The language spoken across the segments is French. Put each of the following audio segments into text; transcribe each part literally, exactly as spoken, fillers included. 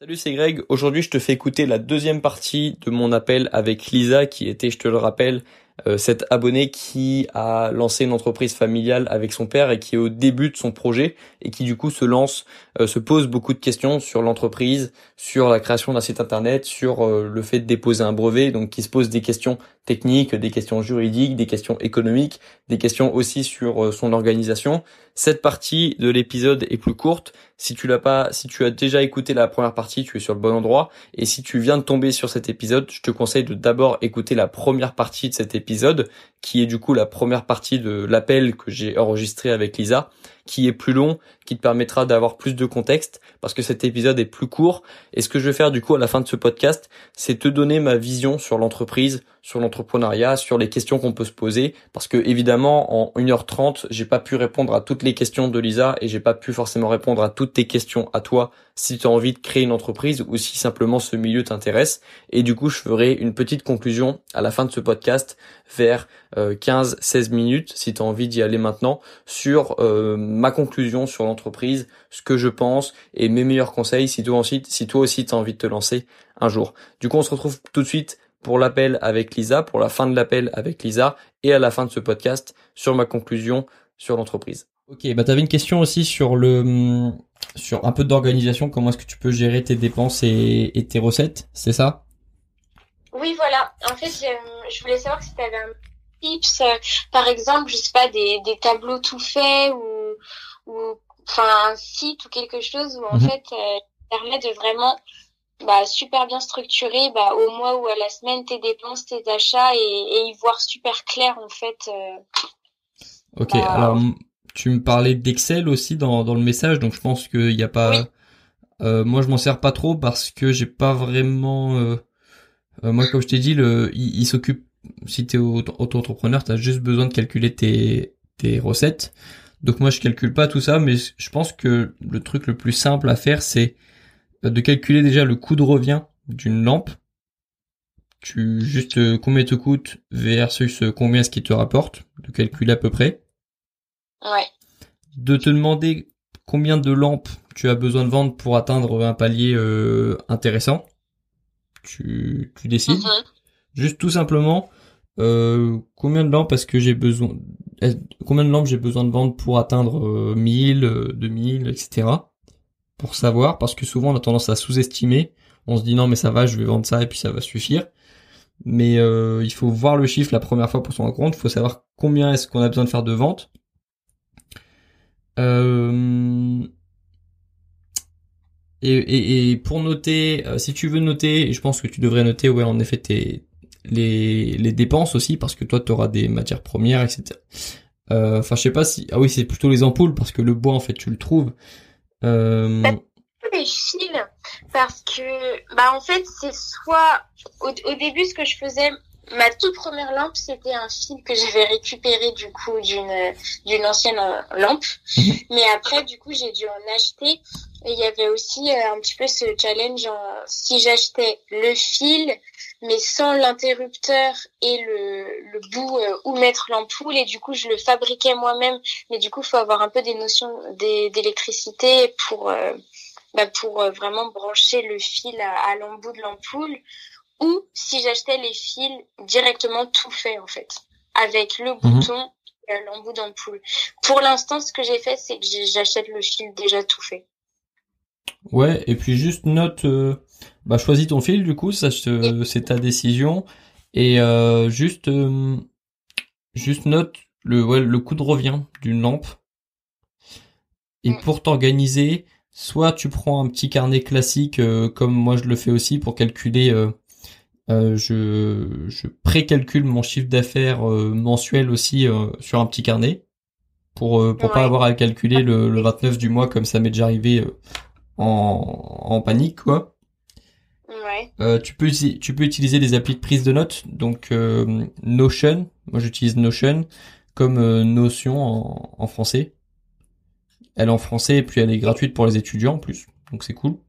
Salut, c'est Greg. Aujourd'hui, je te fais écouter la deuxième partie de mon appel avec Lisa, qui était, je te le rappelle, euh, cette abonnée qui a lancé une entreprise familiale avec son père et qui est au début de son projet et qui du coup se lance, euh, se pose beaucoup de questions sur l'entreprise, sur la création d'un site internet, sur euh, le fait de déposer un brevet, donc qui se pose des questions techniques, des questions juridiques, des questions économiques, des questions aussi sur euh, son organisation. Cette partie de l'épisode est plus courte. Si tu l'as pas, si tu as déjà écouté la première partie, tu es sur le bon endroit. Et si tu viens de tomber sur cet épisode, je te conseille de d'abord écouter la première partie de cet épisode, qui est du coup la première partie de l'appel que j'ai enregistré avec Lisa, qui est plus long, qui te permettra d'avoir plus de contexte, parce que cet épisode est plus court. Et ce que je vais faire du coup à la fin de ce podcast, c'est te donner ma vision sur l'entreprise, sur l'entrepreneuriat, sur les questions qu'on peut se poser, parce que évidemment en une heure trente, j'ai pas pu répondre à toutes les questions de Lisa et j'ai pas pu forcément répondre à toutes tes questions à toi si tu as envie de créer une entreprise ou si simplement ce milieu t'intéresse. Et du coup, je ferai une petite conclusion à la fin de ce podcast vers euh, quinze seize minutes si tu as envie d'y aller maintenant sur euh, ma conclusion sur l'entreprise, ce que je pense et mes meilleurs conseils si toi aussi si toi aussi tu as envie de te lancer un jour. Du coup, on se retrouve tout de suite pour l'appel avec Lisa, pour la fin de l'appel avec Lisa et à la fin de ce podcast sur ma conclusion sur l'entreprise. Ok, bah t'avais une question aussi sur le sur un peu d'organisation, comment est-ce que tu peux gérer tes dépenses et, et tes recettes, c'est ça? Oui, voilà. En fait, je, je voulais savoir si tu avais un tips, euh, par exemple, je sais pas, des, des tableaux tout faits ou, ou enfin un site ou quelque chose où en Mhm. fait, euh, permet de vraiment bah, super bien structurer bah, au mois ou à la semaine tes dépenses, tes achats et, et y voir super clair en fait. Euh, Ok, alors bah, m- tu me parlais d'Excel aussi dans dans le message, donc je pense qu'il y a oui, pas. Euh, moi, je m'en sers pas trop parce que j'ai pas vraiment. Euh, euh, moi, comme je t'ai dit, le il, il s'occupe. Si t'es auto- auto-entrepreneur, t'as juste besoin de calculer tes tes recettes. Donc moi, je calcule pas tout ça, mais je pense que le truc le plus simple à faire, c'est de calculer déjà le coût de revient d'une lampe. Tu juste euh, combien te coûte versus euh, combien est-ce qu'il te rapporte, de calculer à peu près. ouais. De te demander combien de lampes tu as besoin de vendre pour atteindre un palier euh, intéressant. Tu, tu décides. Mhm. Juste tout simplement, euh, combien de lampes est-ce que j'ai besoin, est- combien de lampes j'ai besoin de vendre pour atteindre euh, mille, euh, deux mille, et cetera. Pour savoir, parce que souvent on a tendance à sous-estimer. On se dit non mais ça va, je vais vendre ça et puis ça va suffire. Mais euh, il faut voir le chiffre la première fois pour s'en rendre compte. Il faut savoir combien est-ce qu'on a besoin de faire de ventes. Euh, Et, et, et pour noter, euh, si tu veux noter, et je pense que tu devrais noter, ouais, en effet, tes, les, les dépenses aussi, parce que toi, tu auras des matières premières, et cetera. Euh, Enfin, je sais pas si... Ah oui, c'est plutôt les ampoules, parce que le bois, en fait, tu le trouves. Euh... Les fils parce que bah en fait c'est soit au, au début ce que je faisais ma toute première lampe c'était un fil que j'avais récupéré du coup d'une d'une ancienne euh, lampe mhm, mais après du coup j'ai dû en acheter et il y avait aussi euh, un petit peu ce challenge en, si j'achetais le fil mais sans l'interrupteur et le, le bout euh, où mettre l'ampoule et du coup je le fabriquais moi-même mais du coup il faut avoir un peu des notions des, d'électricité pour euh, bah, pour euh, vraiment brancher le fil à, à l'embout de l'ampoule ou si j'achetais les fils directement tout fait en fait avec le mhm. bouton et euh, l'embout d'ampoule. Pour l'instant ce que j'ai fait c'est que j'achète le fil déjà tout fait. Ouais, et puis juste note... Euh, bah, choisis ton fil, du coup, ça, Et, je- c'est ta décision. Et euh, juste, euh, juste note le, ouais, le coût de revient d'une lampe. Et pour t'organiser, soit tu prends un petit carnet classique euh, comme moi je le fais aussi pour calculer. Euh, euh, je je précalcule mon chiffre d'affaires euh, mensuel aussi euh, sur un petit carnet pour euh, pour pas ouais, avoir à calculer le, le vingt-neuf du mois comme ça m'est déjà arrivé euh, en en panique quoi. ouais, Euh, tu peux usi- tu peux utiliser des applis de prise de notes donc euh, Notion. Moi j'utilise Notion comme euh, Notion en, en français. Elle est en français et puis elle est gratuite pour les étudiants en plus. Donc c'est cool.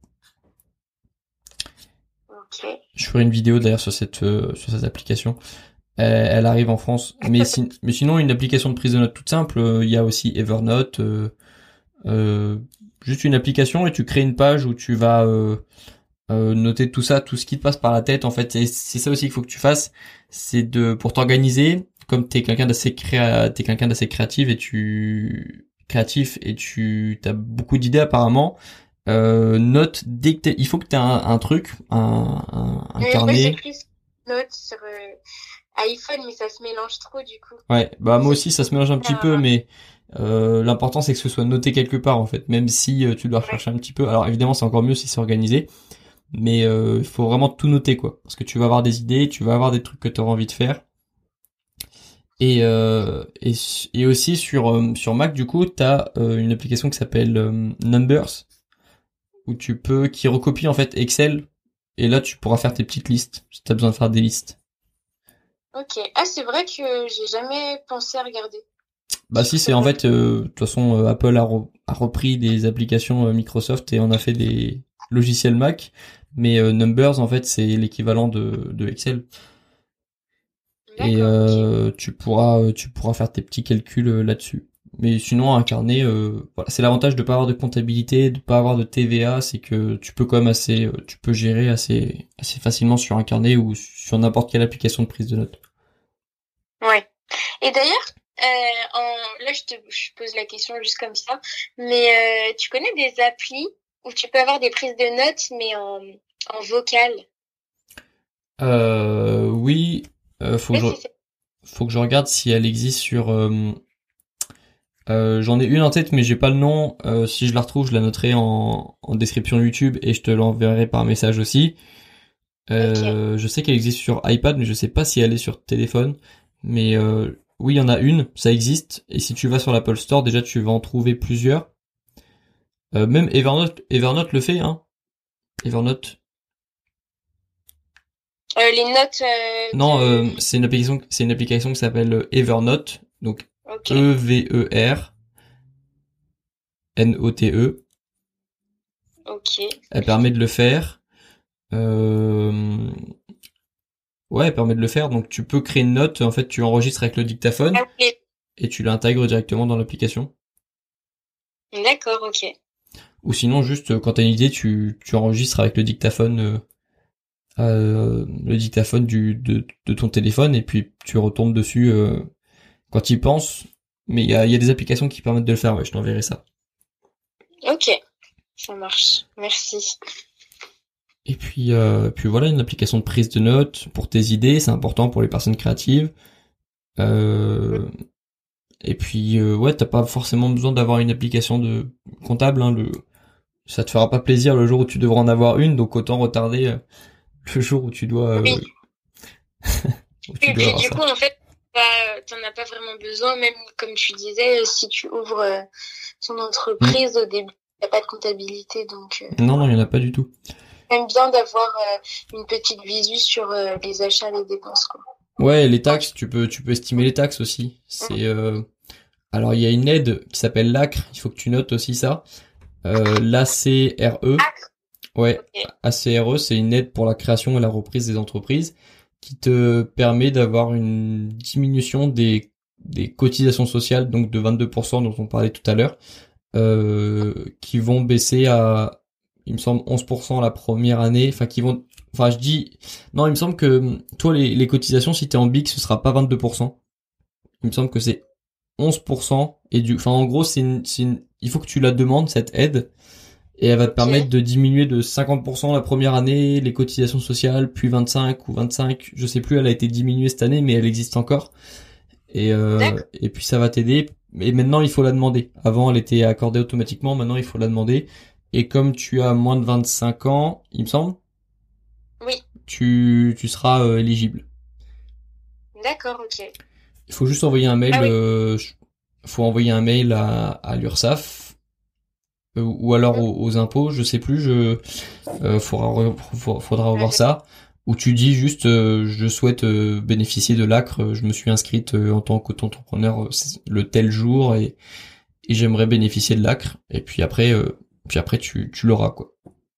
ok. Je ferai une vidéo d'ailleurs sur cette euh, sur cette application. Elle, elle arrive en France. Mais, si, mais sinon, une application de prise de notes toute simple, euh, il y a aussi Evernote. Euh, euh, juste une application et tu crées une page où tu vas euh, euh, noter tout ça, tout ce qui te passe par la tête en fait. Et c'est ça aussi qu'il faut que tu fasses, c'est de pour t'organiser. Comme t'es quelqu'un d'assez créa, t'es quelqu'un d'assez créatif et tu créatif et tu t'as beaucoup d'idées apparemment. Euh, note dès que t'es, il faut que t'aies un, un truc, un, un, un Mais moi, carnet. j'écris notes sur euh, iPhone, mais ça se mélange trop du coup. Ouais, bah moi C'est aussi ça se mélange un petit peu, ah, mais euh, l'important c'est que ce soit noté quelque part en fait, même si euh, tu dois ouais, rechercher un petit peu. Alors évidemment c'est encore mieux si c'est organisé, mais il euh, faut vraiment tout noter quoi, parce que tu vas avoir des idées, tu vas avoir des trucs que tu auras envie de faire. Et, euh, et et aussi sur euh, sur Mac du coup t'as euh, une application qui s'appelle euh, Numbers où tu peux qui recopie en fait Excel et là tu pourras faire tes petites listes si t'as besoin de faire des listes. ok. Ah, c'est vrai que j'ai jamais pensé à regarder Bah sur si ce c'est en compte. fait euh, de toute façon euh, Apple a, re- a repris des applications euh, Microsoft et on a fait des logiciels Mac, mais euh, Numbers en fait c'est l'équivalent de de Excel et D'accord, ok. euh, tu pourras euh, tu pourras faire tes petits calculs euh, là-dessus. Mais sinon un carnet, euh, voilà, c'est l'avantage de pas avoir de comptabilité, de pas avoir de T V A, c'est que tu peux quand même assez, euh, tu peux gérer assez assez facilement sur un carnet ou sur n'importe quelle application de prise de notes. Ouais. Et d'ailleurs, euh, en... là, je te je pose la question juste comme ça, mais euh, tu connais des applis où tu peux avoir des prises de notes, mais en, en vocal? Euh, oui, euh, faut que Ouais, je c'est ça. faut que je regarde si elle existe sur euh, euh, j'en ai une en tête mais j'ai pas le nom. Euh, si je la retrouve, je la noterai en, en description YouTube et je te l'enverrai par message aussi. Ok. Euh, je sais qu'elle existe sur iPad mais je sais pas si elle est sur téléphone. Mais euh, oui, il y en a une, ça existe. Et si tu vas sur l'Apple Store, déjà tu vas en trouver plusieurs. Euh, même Evernote, Evernote le fait, hein. Evernote. Euh, les notes euh, Non, de... euh, c'est une application, c'est une application qui s'appelle Evernote, donc Ok. E V E R N O T E. Ok. Elle permet de le faire. Euh... Ouais, elle permet de le faire. Donc tu peux créer une note. En fait, tu enregistres avec le dictaphone Ah, oui. et tu l'intègres directement dans l'application. D'accord, ok. Ou sinon, juste euh, quand t'as une idée, tu, tu enregistres avec le dictaphone, euh, euh, le dictaphone du de, de ton téléphone et puis tu retournes dessus euh, quand il pense. Mais il y a, il y a des applications qui permettent de le faire. Ouais, je t'enverrai ça. Ok. Ça marche. Merci. Et puis, euh, puis voilà, une application de prise de notes pour tes idées, c'est important pour les personnes créatives. Euh, et puis, euh, ouais, t'as pas forcément besoin d'avoir une application de comptable. Hein, le, ça te fera pas plaisir le jour où tu devras en avoir une, donc autant retarder euh, le jour où tu dois, Oui. euh, où tu Et dois puis avoir du coup, ça. en fait, bah, t'en as pas vraiment besoin, même comme tu disais, si tu ouvres euh, son Hmm. entreprise au début, il n'y a pas de comptabilité, donc euh, Non, non, il y en a pas du tout. même bien d'avoir euh, une petite visu sur euh, les achats, les dépenses, quoi. Ouais, les Enfin, je- taxes, tu peux, tu peux estimer les taxes aussi. Mm. C'est, euh, alors il y a une aide qui s'appelle l'A C R. Il faut que tu notes aussi ça. Euh, l'A C R E. Ah, Ouais, ok. A C R E, c'est une aide pour la création et la reprise des entreprises qui te permet d'avoir une diminution des, des cotisations sociales, donc de vingt-deux pour cent dont on parlait tout à l'heure, euh, qui vont baisser à, il me semble, onze pour cent la première année, enfin qui vont, enfin je dis, non, il me semble que toi les, les cotisations, si t'es en B I C, ce sera pas vingt-deux pour cent. Il me semble que c'est onze pour cent et du, enfin en gros c'est une, c'est une, il faut que tu la demandes cette aide et elle va te Ok. permettre de diminuer de cinquante pour cent la première année les cotisations sociales, puis vingt-cinq ou vingt-cinq, je sais plus, elle a été diminuée cette année, mais elle existe encore. Et euh, D'accord. et puis ça va t'aider. Et maintenant il faut la demander. Avant elle était accordée automatiquement, maintenant il faut la demander. Et comme tu as moins de vingt-cinq ans, il me semble, Oui. tu tu seras euh, éligible. D'accord, ok. Il faut juste envoyer un mail. Ah oui. Euh, faut envoyer un mail à, à l'URSSAF euh, ou alors Mm. aux, aux impôts, je sais plus. Je Euh, faudra, re- faudra faudra revoir Euh, ça. Où tu dis juste euh, je souhaite euh, bénéficier de l'A C R, euh, je me suis inscrite euh, en tant qu'auto-entrepreneur euh, c'est le tel jour et, et j'aimerais bénéficier de l'A C R. Et puis après, euh, puis après tu, tu l'auras quoi.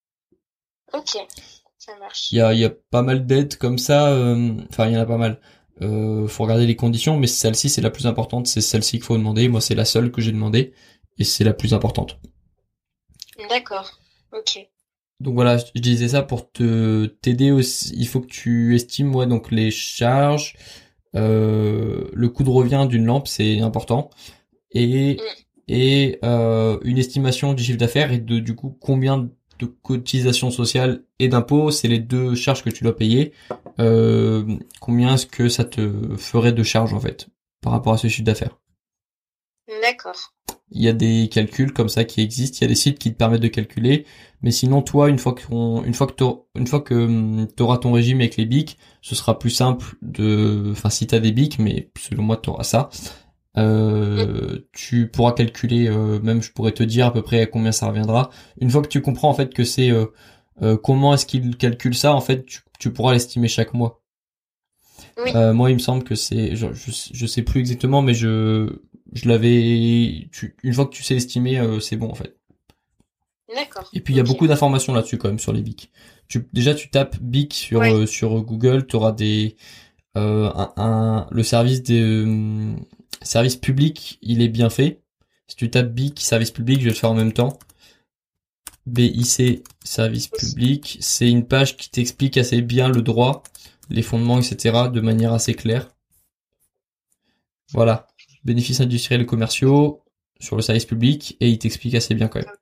ok, ça Il marche. y a, il y a pas mal d'aides comme ça. euh, Enfin, il y en a pas mal. Euh, faut regarder les conditions, mais celle-ci c'est la plus importante. C'est celle-ci qu'il faut demander. Moi, c'est la seule que j'ai demandé et c'est la plus importante. D'accord. Ok. Donc voilà, je disais ça pour te t'aider aussi. Il faut que tu estimes ouais donc les charges, euh, le coût de revient d'une lampe, c'est important, et et euh, une estimation du chiffre d'affaires et de du coup combien de cotisations sociales et d'impôts, c'est les deux charges que tu dois payer. Euh, combien est-ce que ça te ferait de charges en fait par rapport à ce chiffre d'affaires? D'accord. Il y a des calculs comme ça qui existent, il y a des sites qui te permettent de calculer, mais sinon toi une fois qu'on une fois que t'auras, une fois que tu auras ton régime avec les B I C, ce sera plus simple de enfin si tu as des B I C, mais selon moi tu auras ça. Euh, tu pourras calculer euh, même je pourrais te dire à peu près à combien ça reviendra. Une fois que tu comprends en fait que c'est euh, euh, comment est-ce qu'il calcule ça, en fait tu, tu pourras l'estimer chaque mois. Oui. Euh, moi, il me semble que c'est, je, je, je sais plus exactement, mais je, je l'avais, tu, une fois que tu sais estimer, euh, c'est bon en fait. D'accord. Et puis il y a Ok. beaucoup d'informations là-dessus quand même sur les B I C. Tu, déjà, tu tapes B I C sur Ouais. euh, sur Google, tu auras des, euh, un, un, le service des euh, service public, il est bien fait. Si tu tapes B I C service public, je vais le faire en même temps. B I C service public, c'est une page qui t'explique assez bien le droit, les fondements, et cetera de manière assez claire. Voilà. Bénéfices industriels et commerciaux sur le service public, et il t'explique assez bien quand même.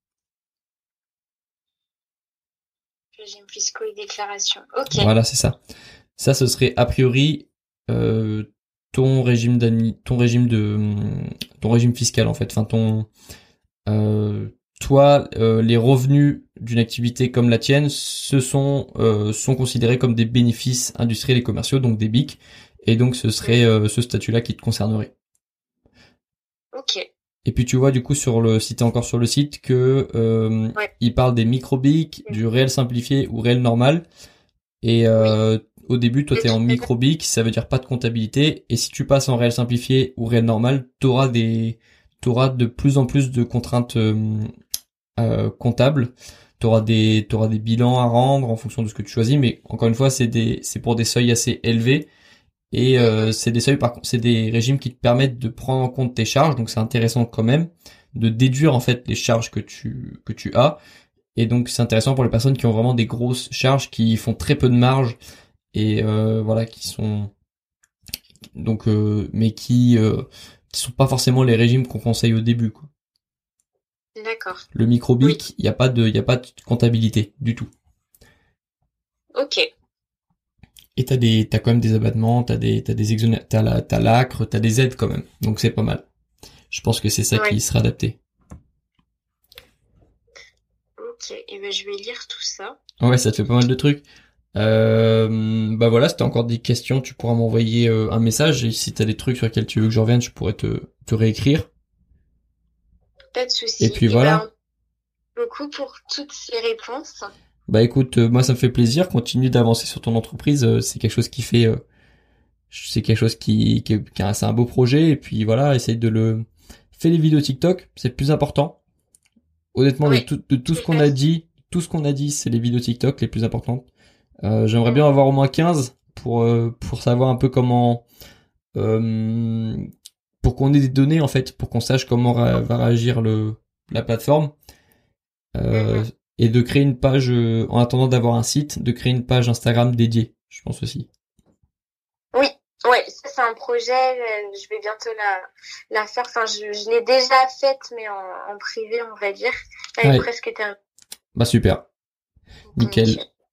Régime fiscaux et déclaration. Ok. Voilà, c'est ça. Ça, ce serait a priori euh, ton régime d'admi- ton régime de ton régime fiscal en fait. Enfin ton euh, toi euh, les revenus d'une activité comme la tienne, ce sont euh, sont considérés comme des bénéfices industriels et commerciaux, donc des B I C, et donc ce serait euh, ce statut-là qui te concernerait. Ok. Et puis tu vois du coup sur le, si t'es encore sur le site, que euh, Ouais. il parle des micro-B I C, du réel simplifié ou réel normal. Et euh, oui. Au début, toi t'es en micro-B I C, ça veut dire pas de comptabilité. Et si tu passes en réel simplifié ou réel normal, t'auras des, t'auras de plus en plus de contraintes euh, euh, comptables. T'auras des, t'auras des bilans à rendre en fonction de ce que tu choisis. Mais encore une fois, c'est des, c'est pour des seuils assez élevés. Et euh, c'est des seuils, par contre, c'est des régimes qui te permettent de prendre en compte tes charges, donc c'est intéressant quand même de déduire en fait les charges que tu que tu as. Et donc c'est intéressant pour les personnes qui ont vraiment des grosses charges, qui font très peu de marge et euh, voilà, qui sont donc euh, mais qui euh, qui sont pas forcément les régimes qu'on conseille au début quoi. D'accord. Le micro-B I C, il oui. y a pas de il y a pas de comptabilité du tout. Ok. Et t'as des, t'as quand même des abattements, t'as des, t'as des exonérations, t'as la, t'as l'acre, t'as des aides quand même. Donc c'est pas mal. Je pense que c'est ça ouais. qui sera adapté. Ok, et ben je vais lire tout ça. Ouais, ça te fait pas mal de trucs. Euh, bah voilà, si t'as encore des questions, tu pourras m'envoyer euh, un message. Et si t'as des trucs sur lesquels tu veux que je revienne, je pourrais te, te réécrire. Pas de souci. Et puis et voilà. Ben, beaucoup pour toutes ces réponses. Bah écoute, euh, moi ça me fait plaisir. Continue d'avancer sur ton entreprise. Euh, c'est quelque chose qui fait, euh, c'est quelque chose qui, qui, qui c'est un beau projet. Et puis voilà, essaye de le, fais les vidéos TikTok, c'est le plus important. Honnêtement, oui. de tout, de tout ce qu'on a dit, tout ce qu'on a dit, c'est les vidéos TikTok les plus importantes. Euh, j'aimerais bien avoir au moins quinze pour euh, pour savoir un peu comment, euh, pour qu'on ait des données en fait, pour qu'on sache comment ra- va réagir le la plateforme. Euh, mm-hmm. Et de créer une page, euh, en attendant d'avoir un site, de créer une page Instagram dédiée, je pense aussi. Oui, ouais, ça c'est un projet, euh, je vais bientôt la, la faire, enfin je, je l'ai déjà faite, mais en, en privé on va dire, elle est ouais. presque terminée. Bah super, nickel.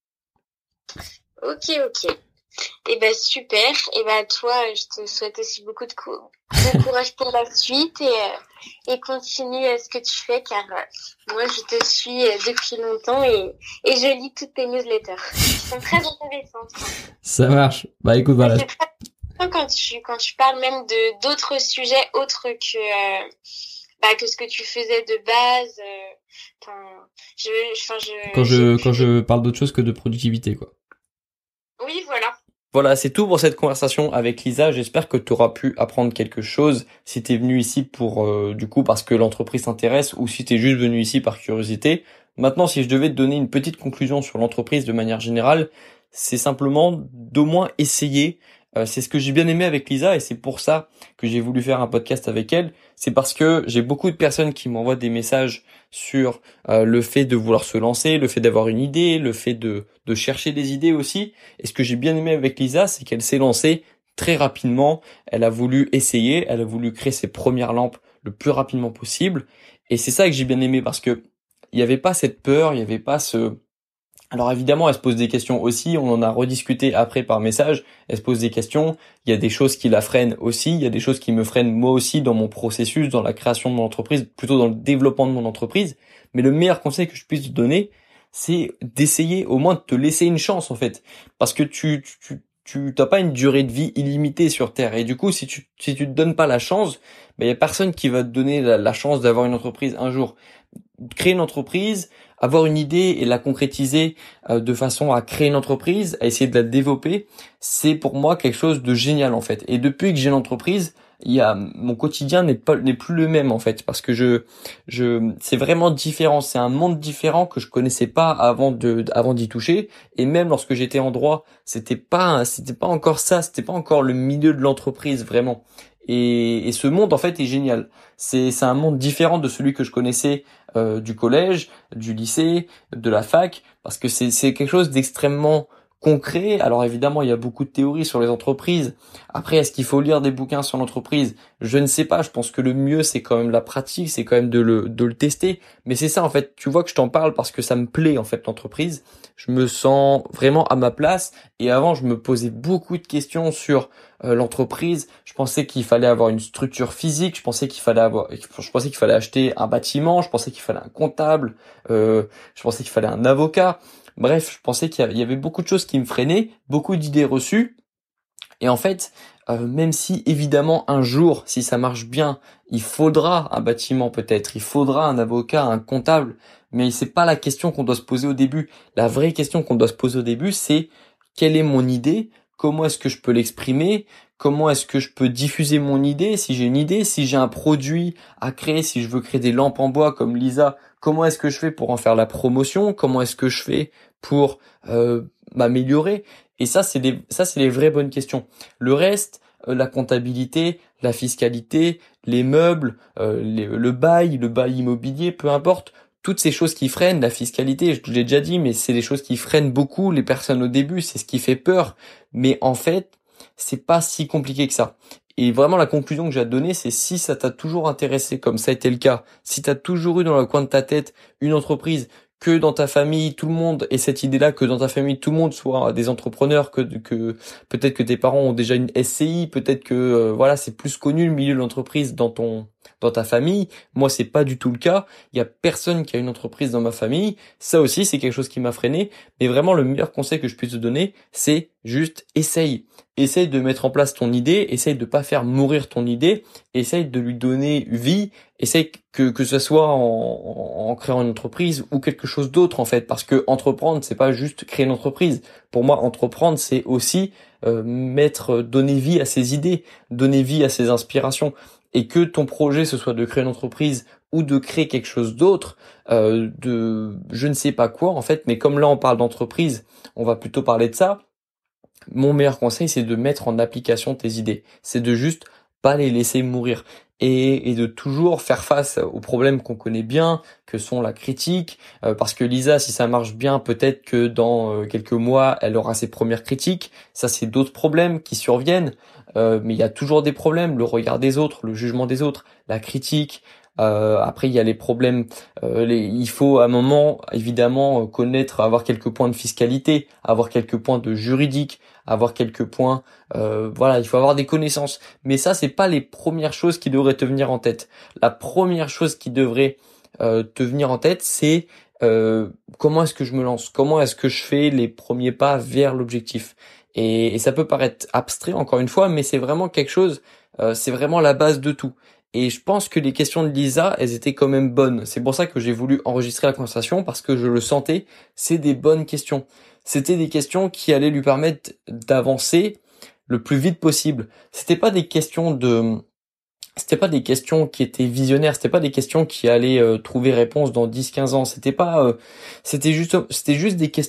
Ok, ok. Et ben super, et ben toi je te souhaite aussi beaucoup de, co- de courage pour la suite et, euh, et continue ce que tu fais car euh, moi je te suis depuis longtemps et, et je lis toutes tes newsletters qui sont très intéressantes. Ça marche, bah écoute voilà. C'est très intéressant quand tu, quand tu parles même de d'autres sujets autres que, euh, bah, que ce que tu faisais de base. Euh, je, enfin, je, quand je, quand je parle d'autre chose que de productivité quoi. Oui voilà. Voilà, c'est tout pour cette conversation avec Lisa. J'espère que tu auras pu apprendre quelque chose si tu es venu ici pour euh, du coup parce que l'entreprise t'intéresse ou si tu es juste venu ici par curiosité. Maintenant, si je devais te donner une petite conclusion sur l'entreprise de manière générale, c'est simplement d'au moins essayer Euh, c'est ce que j'ai bien aimé avec Lisa et c'est pour ça que j'ai voulu faire un podcast avec elle. C'est parce que j'ai beaucoup de personnes qui m'envoient des messages sur euh, le fait de vouloir se lancer, le fait d'avoir une idée, le fait de, de chercher des idées aussi. Et ce que j'ai bien aimé avec Lisa, c'est qu'elle s'est lancée très rapidement. Elle a voulu essayer, elle a voulu créer ses premières lampes le plus rapidement possible. Et c'est ça que j'ai bien aimé parce que il n'y avait pas cette peur, il n'y avait pas ce... Alors évidemment, elle se pose des questions aussi, on en a rediscuté après par message, elle se pose des questions, il y a des choses qui la freinent aussi, il y a des choses qui me freinent moi aussi dans mon processus, dans la création de mon entreprise, plutôt dans le développement de mon entreprise, mais le meilleur conseil que je puisse te donner, c'est d'essayer au moins de te laisser une chance en fait, parce que tu tu tu t'as pas une durée de vie illimitée sur Terre, et du coup si tu si tu te donnes pas la chance, ben il y a personne qui va te donner la, la chance d'avoir une entreprise un jour. Créer une entreprise, avoir une idée et la concrétiser euh, de façon à créer une entreprise, à essayer de la développer, c'est pour moi quelque chose de génial en fait. Et depuis que j'ai l'entreprise, il y a mon quotidien n'est pas n'est plus le même en fait parce que je je c'est vraiment différent, c'est un monde différent que je connaissais pas avant de avant d'y toucher et même lorsque j'étais en droit, c'était pas c'était pas encore ça, c'était pas encore le milieu de l'entreprise vraiment. Et, et ce monde en fait est génial. C'est c'est un monde différent de celui que je connaissais euh, du collège, du lycée, de la fac, parce que c'est c'est quelque chose d'extrêmement concret. Alors évidemment, il y a beaucoup de théories sur les entreprises. Après, est-ce qu'il faut lire des bouquins sur l'entreprise? Je ne sais pas. Je pense que le mieux, c'est quand même la pratique, c'est quand même de le de le tester. Mais c'est ça en fait. Tu vois que je t'en parle parce que ça me plaît en fait l'entreprise. Je me sens vraiment à ma place. Et avant, je me posais beaucoup de questions sur euh, l'entreprise. Je pensais qu'il fallait avoir une structure physique. Je pensais qu'il fallait avoir. Je pensais qu'il fallait acheter un bâtiment. Je pensais qu'il fallait un comptable. Euh, je pensais qu'il fallait un avocat. Bref, je pensais qu'il y avait beaucoup de choses qui me freinaient, beaucoup d'idées reçues. Et en fait, euh, même si évidemment un jour, si ça marche bien, il faudra un bâtiment peut-être, il faudra un avocat, un comptable, mais c'est pas la question qu'on doit se poser au début. La vraie question qu'on doit se poser au début, c'est quelle est mon idée? Comment est-ce que je peux l'exprimer? Comment est-ce que je peux diffuser mon idée? Si j'ai une idée, si j'ai un produit à créer, si je veux créer des lampes en bois comme Lisa, comment est-ce que je fais pour en faire la promotion? Comment est-ce que je fais pour euh, m'améliorer? Et ça, c'est des, ça, c'est les vraies bonnes questions. Le reste, euh, la comptabilité, la fiscalité, les meubles, euh, les, le bail, le bail immobilier, peu importe. Toutes ces choses qui freinent, la fiscalité, je l'ai déjà dit, mais c'est des choses qui freinent beaucoup les personnes au début, c'est ce qui fait peur. Mais en fait, c'est pas si compliqué que ça. Et vraiment, la conclusion que j'ai à te donner, c'est si ça t'a toujours intéressé, comme ça a été le cas, si t'as toujours eu dans le coin de ta tête une entreprise, que dans ta famille, tout le monde ait cette idée-là, que dans ta famille, tout le monde soit des entrepreneurs, que, que peut-être que tes parents ont déjà une S C I, peut-être que euh, voilà, c'est plus connu le milieu de l'entreprise dans ton dans ta famille. Moi, c'est pas du tout le cas. Il y a personne qui a une entreprise dans ma famille. Ça aussi, c'est quelque chose qui m'a freiné. Mais vraiment, le meilleur conseil que je puisse te donner, c'est juste essaye. Essaye de mettre en place ton idée. Essaye de pas faire mourir ton idée. Essaye de lui donner vie. Essaye que que ce soit en, en, en créant une entreprise ou quelque chose d'autre en fait. Parce que entreprendre, c'est pas juste créer une entreprise. Pour moi, entreprendre, c'est aussi euh, mettre, donner vie à ses idées, donner vie à ses inspirations. Et que ton projet, ce soit de créer une entreprise ou de créer quelque chose d'autre, euh, de je ne sais pas quoi en fait, mais comme là on parle d'entreprise, on va plutôt parler de ça. Mon meilleur conseil, c'est de mettre en application tes idées. C'est de juste pas les laisser mourir. Et, et de toujours faire face aux problèmes qu'on connaît bien, que sont la critique. Euh, parce que Lisa, si ça marche bien, peut-être que dans euh, quelques mois, elle aura ses premières critiques. Ça, c'est d'autres problèmes qui surviennent. Euh, mais il y a toujours des problèmes. Le regard des autres, le jugement des autres, la critique. Euh, après, il y a les problèmes. Euh, les, il faut à un moment, évidemment, connaître, avoir quelques points de fiscalité, avoir quelques points de juridique, avoir quelques points. Euh, voilà, il faut avoir des connaissances. Mais ça, c'est pas les premières choses qui devraient te venir en tête. La première chose qui devrait euh, te venir en tête, c'est euh, comment est-ce que je me lance, comment est-ce que je fais les premiers pas vers l'objectif. Et, et ça peut paraître abstrait encore une fois, mais c'est vraiment quelque chose. Euh, c'est vraiment la base de tout. Et je pense que les questions de Lisa, elles étaient quand même bonnes. C'est pour ça que j'ai voulu enregistrer la conversation, parce que je le sentais. C'est des bonnes questions. C'était des questions qui allaient lui permettre d'avancer le plus vite possible. C'était pas des questions de, c'était pas des questions qui étaient visionnaires. C'était pas des questions qui allaient euh, trouver réponse dans dix, quinze ans. C'était pas, euh, c'était juste, c'était juste des questions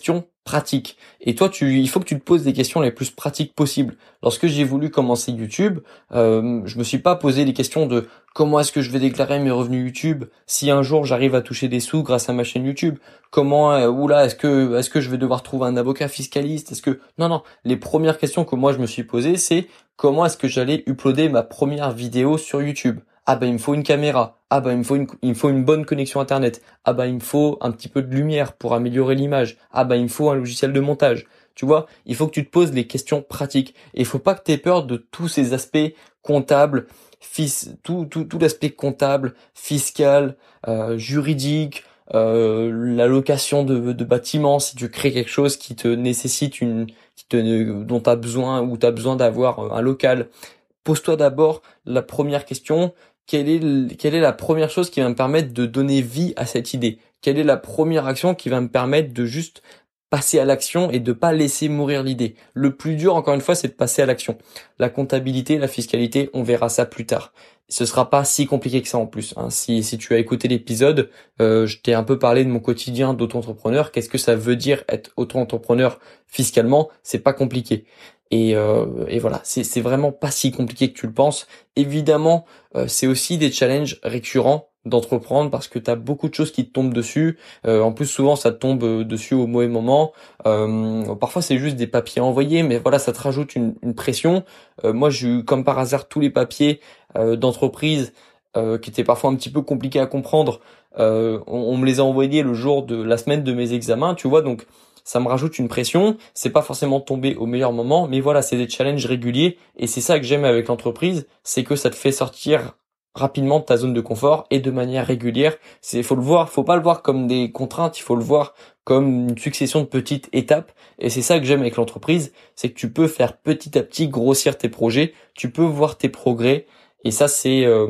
pratiques. Et toi, tu, il faut que tu te poses les questions les plus pratiques possibles. Lorsque j'ai voulu commencer YouTube, euh, je me suis pas posé les questions de comment est-ce que je vais déclarer mes revenus YouTube si un jour j'arrive à toucher des sous grâce à ma chaîne YouTube. Comment, euh, oula, est-ce que, est-ce que je vais devoir trouver un avocat fiscaliste? Est-ce que, non, non. Les premières questions que moi je me suis posées, c'est comment est-ce que j'allais uploader ma première vidéo sur YouTube? Ah bah il me faut une caméra. Ah bah il me faut une, il me faut une bonne connexion internet. Ah bah il me faut un petit peu de lumière pour améliorer l'image. Ah bah il me faut un logiciel de montage. Tu vois, il faut que tu te poses les questions pratiques. Et il faut pas que tu aies peur de tous ces aspects comptables, fis, tout, tout, tout l'aspect comptable, fiscal, euh, juridique, euh, la location de, de bâtiments. Si tu crées quelque chose qui te nécessite une, qui te, dont tu as besoin ou tu as besoin d'avoir un local, pose-toi d'abord la première question. Quelle est, quelle est la première chose qui va me permettre de donner vie à cette idée? Quelle est la première action qui va me permettre de juste passer à l'action et de pas laisser mourir l'idée? Le plus dur, encore une fois, c'est de passer à l'action. La comptabilité, la fiscalité, on verra ça plus tard. Ce sera pas si compliqué que ça en plus, hein. Si, si tu as écouté l'épisode, euh, je t'ai un peu parlé de mon quotidien d'auto-entrepreneur. Qu'est-ce que ça veut dire être auto-entrepreneur fiscalement? C'est pas compliqué. Et, euh, et voilà, c'est, c'est vraiment pas si compliqué que tu le penses. Évidemment, euh, c'est aussi des challenges récurrents d'entreprendre parce que tu as beaucoup de choses qui te tombent dessus. Euh, en plus, souvent, ça te tombe euh, dessus au mauvais moment. Euh, parfois, c'est juste des papiers envoyés, mais voilà, ça te rajoute une, une pression. Euh, moi, j'ai eu comme par hasard tous les papiers euh, d'entreprise euh, qui étaient parfois un petit peu compliqués à comprendre. Euh, on, on me les a envoyés le jour de la semaine de mes examens, tu vois, donc ça me rajoute une pression. C'est pas forcément tombé au meilleur moment, mais voilà, c'est des challenges réguliers et c'est ça que j'aime avec l'entreprise, c'est que ça te fait sortir rapidement de ta zone de confort et de manière régulière. C'est, faut le voir, faut pas le voir comme des contraintes, il faut le voir comme une succession de petites étapes. Et c'est ça que j'aime avec l'entreprise, c'est que tu peux faire petit à petit grossir tes projets, tu peux voir tes progrès. Et ça, c'est, euh,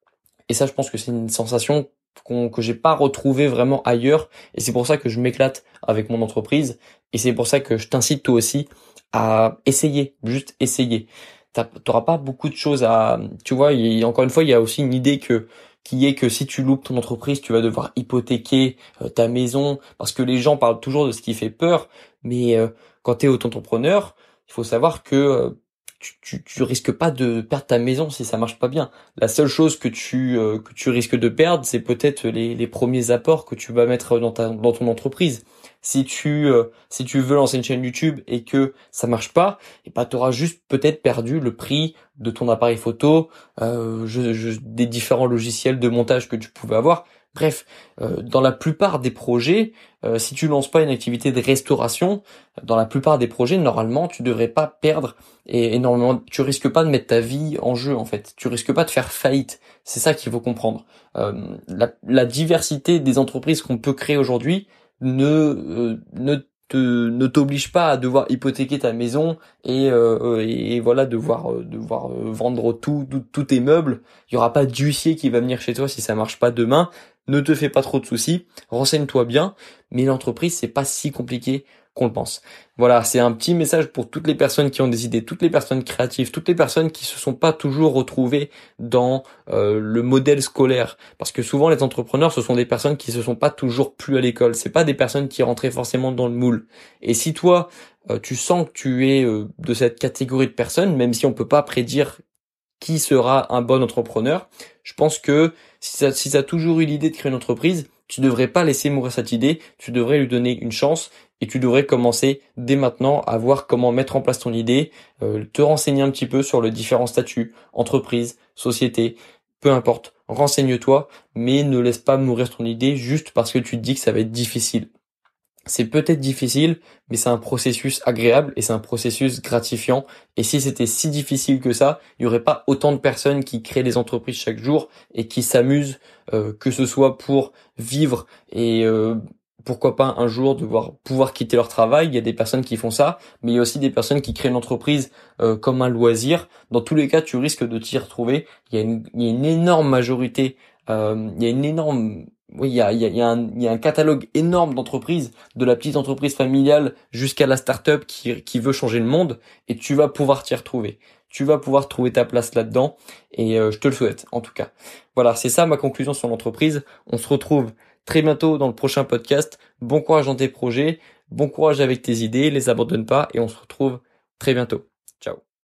et ça, je pense que c'est une sensation qu'on, que j'ai pas retrouvée vraiment ailleurs. Et c'est pour ça que je m'éclate avec mon entreprise. Et c'est pour ça que je t'incite toi aussi à essayer, juste essayer. T'auras pas beaucoup de choses à, tu vois, il y a, encore une fois, il y a aussi une idée que, qui est que si tu loupes ton entreprise, tu vas devoir hypothéquer euh, ta maison, parce que les gens parlent toujours de ce qui fait peur, mais euh, quand tu es auto-entrepreneur, il faut savoir que euh, tu, tu, tu risques pas de perdre ta maison si ça marche pas bien. La seule chose que tu euh, que tu risques de perdre, c'est peut-être les, les premiers apports que tu vas mettre dans ta dans ton entreprise. Si tu euh, si tu veux lancer une chaîne YouTube et que ça marche pas, et bah tu auras juste peut-être perdu le prix de ton appareil photo, euh, je, je, des différents logiciels de montage que tu pouvais avoir. Bref, euh, dans la plupart des projets, euh, si tu lances pas une activité de restauration, dans la plupart des projets, normalement, tu devrais pas perdre et énormément. Tu risques pas de mettre ta vie en jeu en fait. Tu risques pas de faire faillite. C'est ça qu'il faut comprendre. Euh, la, la diversité des entreprises qu'on peut créer aujourd'hui ne euh, ne te ne t'oblige pas à devoir hypothéquer ta maison et euh, et, et voilà devoir euh, devoir euh, vendre tout tous tes meubles. Il y aura pas d'huissier qui va venir chez toi si ça marche pas demain. Ne te fais pas trop de soucis, renseigne-toi bien, mais l'entreprise c'est pas si compliqué qu'on le pense. Voilà, c'est un petit message pour toutes les personnes qui ont des idées, toutes les personnes créatives, toutes les personnes qui se sont pas toujours retrouvées dans euh, le modèle scolaire, parce que souvent les entrepreneurs ce sont des personnes qui se sont pas toujours plu à l'école, c'est pas des personnes qui rentraient forcément dans le moule. Et si toi euh, tu sens que tu es euh, de cette catégorie de personnes, même si on peut pas prédire qui sera un bon entrepreneur, je pense que si ça, si ça a toujours eu l'idée de créer une entreprise, tu devrais pas laisser mourir cette idée, tu devrais lui donner une chance et tu devrais commencer dès maintenant à voir comment mettre en place ton idée, euh, te renseigner un petit peu sur les différents statuts, entreprise, société, peu importe, renseigne-toi, mais ne laisse pas mourir ton idée juste parce que tu te dis que ça va être difficile. C'est peut-être difficile, mais c'est un processus agréable et c'est un processus gratifiant. Et si c'était si difficile que ça, il y aurait pas autant de personnes qui créent des entreprises chaque jour et qui s'amusent, euh, que ce soit pour vivre et euh, pourquoi pas un jour devoir pouvoir quitter leur travail. Il y a des personnes qui font ça, mais il y a aussi des personnes qui créent une entreprise euh, comme un loisir. Dans tous les cas, tu risques de t'y retrouver. Il y a une, il y a une énorme majorité, euh, il y a une énorme Oui, il y a, il y a, il y a un, il y a un catalogue énorme d'entreprises, de la petite entreprise familiale jusqu'à la start-up qui, qui veut changer le monde, et tu vas pouvoir t'y retrouver. Tu vas pouvoir trouver ta place là-dedans, et euh, je te le souhaite, en tout cas. Voilà, c'est ça ma conclusion sur l'entreprise. On se retrouve très bientôt dans le prochain podcast. Bon courage dans tes projets, bon courage avec tes idées, les abandonne pas et on se retrouve très bientôt. Ciao.